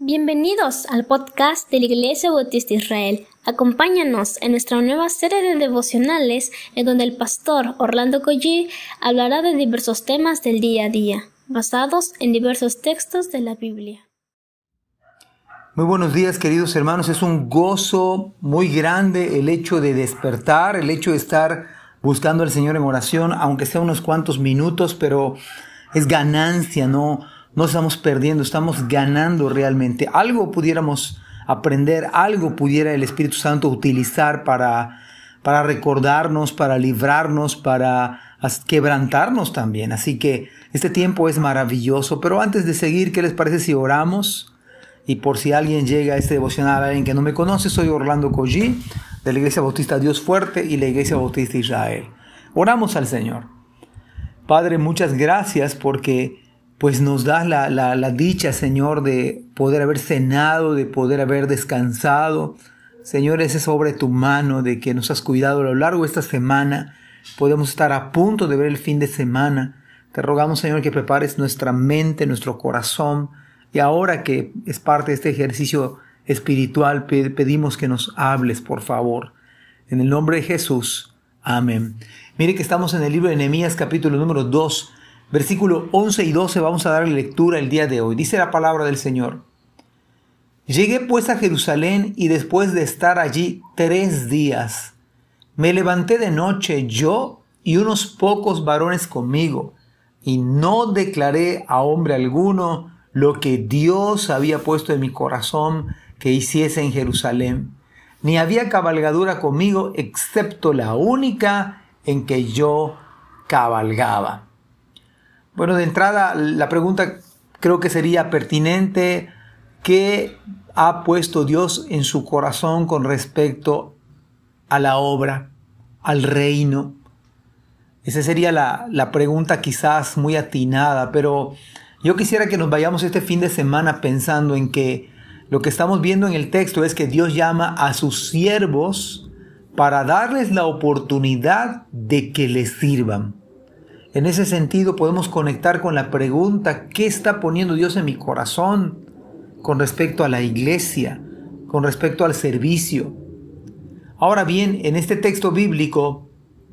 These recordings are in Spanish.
Bienvenidos al podcast de la Iglesia Bautista Israel. Acompáñanos en nuestra nueva serie de devocionales en donde el pastor Orlando Collie hablará de diversos temas del día a día, basados en diversos textos de la Biblia. Muy buenos días, queridos hermanos. Es un gozo muy grande el hecho de despertar, el hecho de estar buscando al Señor en oración, aunque sea unos cuantos minutos, pero es ganancia, no estamos perdiendo, estamos ganando realmente. Algo pudiéramos aprender, algo pudiera el Espíritu Santo utilizar para recordarnos, para librarnos, para quebrantarnos también. Así que este tiempo es maravilloso. Pero antes de seguir, ¿qué les parece si oramos? Y por si alguien llega a este devocional, alguien que no me conoce, soy Orlando Collie, de la Iglesia Bautista Dios Fuerte y la Iglesia Bautista Israel. Oramos al Señor. Padre, muchas gracias porque pues nos das la dicha, Señor, de poder haber cenado, de poder haber descansado. Señor, esa es obra de tu mano, de que nos has cuidado a lo largo de esta semana. Podemos estar a punto de ver el fin de semana. Te rogamos, Señor, que prepares nuestra mente, nuestro corazón. Y ahora que es parte de este ejercicio espiritual, pedimos que nos hables, por favor. En el nombre de Jesús. Amén. Mire que estamos en el libro de Nehemías, capítulo número 2. Versículo 11 y 12 vamos a darle lectura el día de hoy. Dice la palabra del Señor. Llegué pues a Jerusalén y después de estar allí 3 días, me levanté de noche yo y unos pocos varones conmigo, y no declaré a hombre alguno lo que Dios había puesto en mi corazón que hiciese en Jerusalén. Ni había cabalgadura conmigo excepto la única en que yo cabalgaba. Bueno, de entrada, la pregunta creo que sería pertinente. ¿Qué ha puesto Dios en su corazón con respecto a la obra, al reino? Esa sería la pregunta quizás muy atinada, pero yo quisiera que nos vayamos este fin de semana pensando en que lo que estamos viendo en el texto es que Dios llama a sus siervos para darles la oportunidad de que les sirvan. En ese sentido podemos conectar con la pregunta, ¿qué está poniendo Dios en mi corazón con respecto a la iglesia, con respecto al servicio? Ahora bien, en este texto bíblico,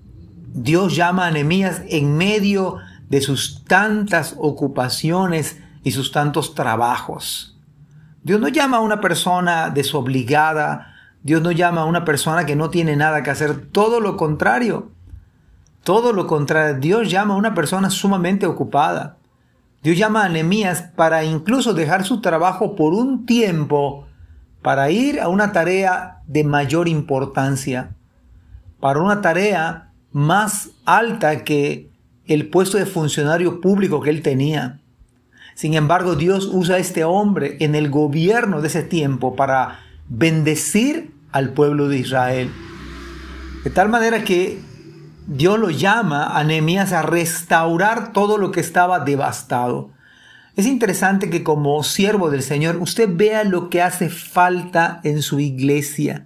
Dios llama a Nehemías en medio de sus tantas ocupaciones y sus tantos trabajos. Dios no llama a una persona desobligada, Dios no llama a una persona que no tiene nada que hacer, todo lo contrario. Todo lo contrario, Dios llama a una persona sumamente ocupada. Dios llama a Nehemías para incluso dejar su trabajo por un tiempo para ir a una tarea de mayor importancia, para una tarea más alta que el puesto de funcionario público que él tenía. Sin embargo, Dios usa a este hombre en el gobierno de ese tiempo para bendecir al pueblo de Israel. De tal manera que Dios lo llama a Nehemías a restaurar todo lo que estaba devastado. Es interesante que como siervo del Señor usted vea lo que hace falta en su iglesia,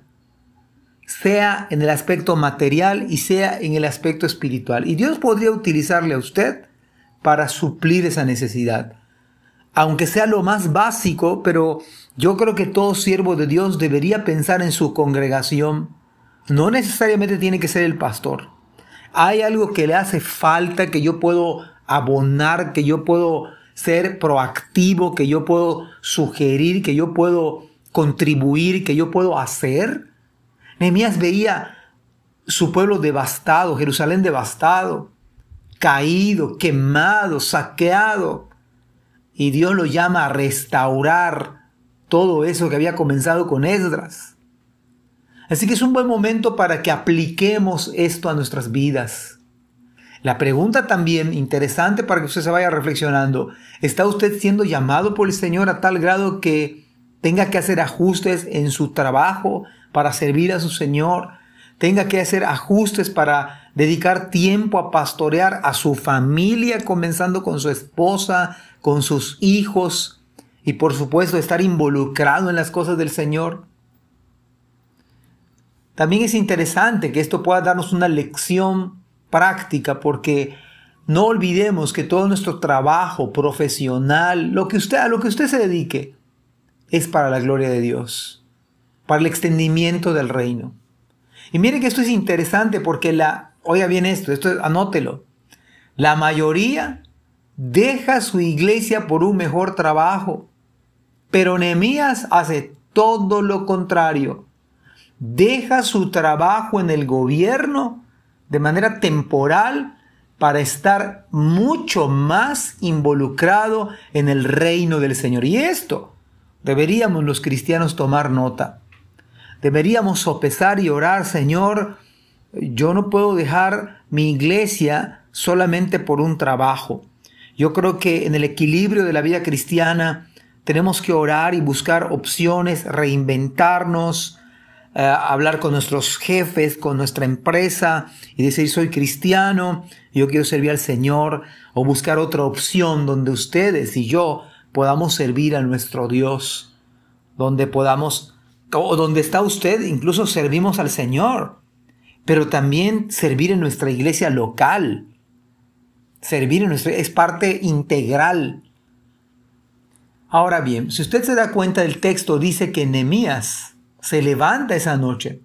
sea en el aspecto material y sea en el aspecto espiritual. Y Dios podría utilizarle a usted para suplir esa necesidad. Aunque sea lo más básico, pero yo creo que todo siervo de Dios debería pensar en su congregación. No necesariamente tiene que ser el pastor. Hay algo que le hace falta, que yo puedo abonar, que yo puedo ser proactivo, que yo puedo sugerir, que yo puedo contribuir, que yo puedo hacer. Nehemías veía su pueblo devastado, Jerusalén devastado, caído, quemado, saqueado. Y Dios lo llama a restaurar todo eso que había comenzado con Esdras. Así que es un buen momento para que apliquemos esto a nuestras vidas. La pregunta también interesante para que usted se vaya reflexionando: ¿está usted siendo llamado por el Señor a tal grado que tenga que hacer ajustes en su trabajo para servir a su Señor? ¿Tenga que hacer ajustes para dedicar tiempo a pastorear a su familia, comenzando con su esposa, con sus hijos y por supuesto estar involucrado en las cosas del Señor? También es interesante que esto pueda darnos una lección práctica, porque no olvidemos que todo nuestro trabajo profesional, a lo que usted se dedique, es para la gloria de Dios, para el extendimiento del reino. Y miren que esto es interesante porque oiga bien esto anótelo. La mayoría deja su iglesia por un mejor trabajo, pero Nehemías hace todo lo contrario. Deja su trabajo en el gobierno de manera temporal para estar mucho más involucrado en el reino del Señor. Y esto deberíamos los cristianos tomar nota. Deberíamos sopesar y orar: Señor, yo no puedo dejar mi iglesia solamente por un trabajo. Yo creo que en el equilibrio de la vida cristiana tenemos que orar y buscar opciones, reinventarnos, hablar con nuestros jefes, con nuestra empresa y decir: soy cristiano, yo quiero servir al Señor, o buscar otra opción donde ustedes y yo podamos servir a nuestro Dios, donde está usted, incluso servimos al Señor, pero también servir en nuestra iglesia local. Es parte integral. Ahora bien, si usted se da cuenta, el texto dice que Nehemías se levanta esa noche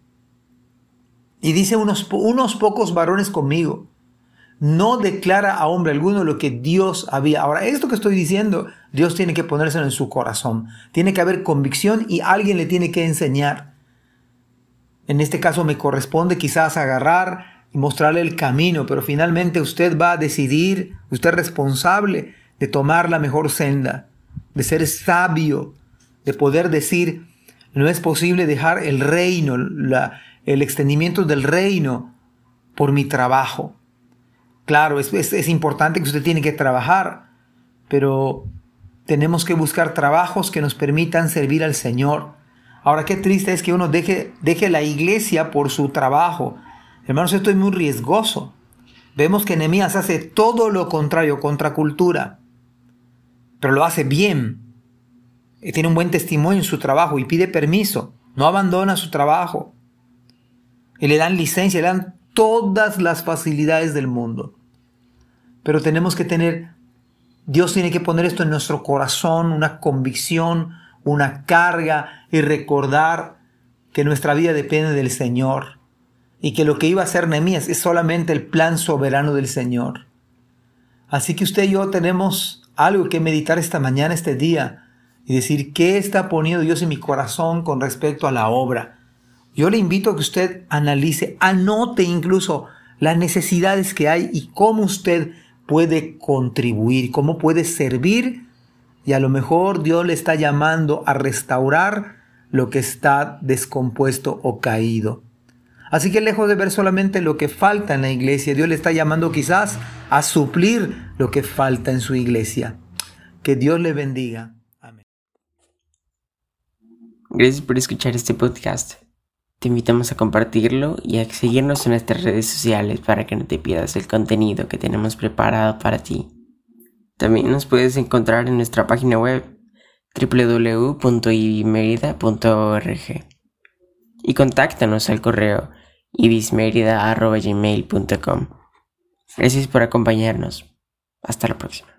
y dice: unos pocos varones conmigo. No declara a hombre alguno lo que Dios había. Ahora, esto que estoy diciendo, Dios tiene que ponérselo en su corazón. Tiene que haber convicción y alguien le tiene que enseñar. En este caso me corresponde quizás agarrar y mostrarle el camino, pero finalmente usted va a decidir, usted es responsable de tomar la mejor senda, de ser sabio, de poder decir: no es posible dejar el reino, el extendimiento del reino por mi trabajo. Claro, es importante que usted tiene que trabajar, pero tenemos que buscar trabajos que nos permitan servir al Señor. Ahora, qué triste es que uno deje la iglesia por su trabajo. Hermanos, esto es muy riesgoso. Vemos que Nehemías hace todo lo contrario, contracultura, pero lo hace bien. Tiene un buen testimonio en su trabajo y pide permiso. No abandona su trabajo. Y le dan licencia, le dan todas las facilidades del mundo. Pero Dios tiene que poner esto en nuestro corazón, una convicción, una carga, y recordar que nuestra vida depende del Señor y que lo que iba a hacer Nehemías es solamente el plan soberano del Señor. Así que usted y yo tenemos algo que meditar esta mañana, este día, y decir: ¿qué está poniendo Dios en mi corazón con respecto a la obra? Yo le invito a que usted analice, anote incluso las necesidades que hay y cómo usted puede contribuir, cómo puede servir, y a lo mejor Dios le está llamando a restaurar lo que está descompuesto o caído. Así que lejos de ver solamente lo que falta en la iglesia, Dios le está llamando quizás a suplir lo que falta en su iglesia. Que Dios le bendiga. Amén. Gracias por escuchar este podcast. Te invitamos a compartirlo y a seguirnos en nuestras redes sociales para que no te pierdas el contenido que tenemos preparado para ti. También nos puedes encontrar en nuestra página web www.ibismerida.org y contáctanos al correo ibismerida@gmail.com. Gracias por acompañarnos. Hasta la próxima.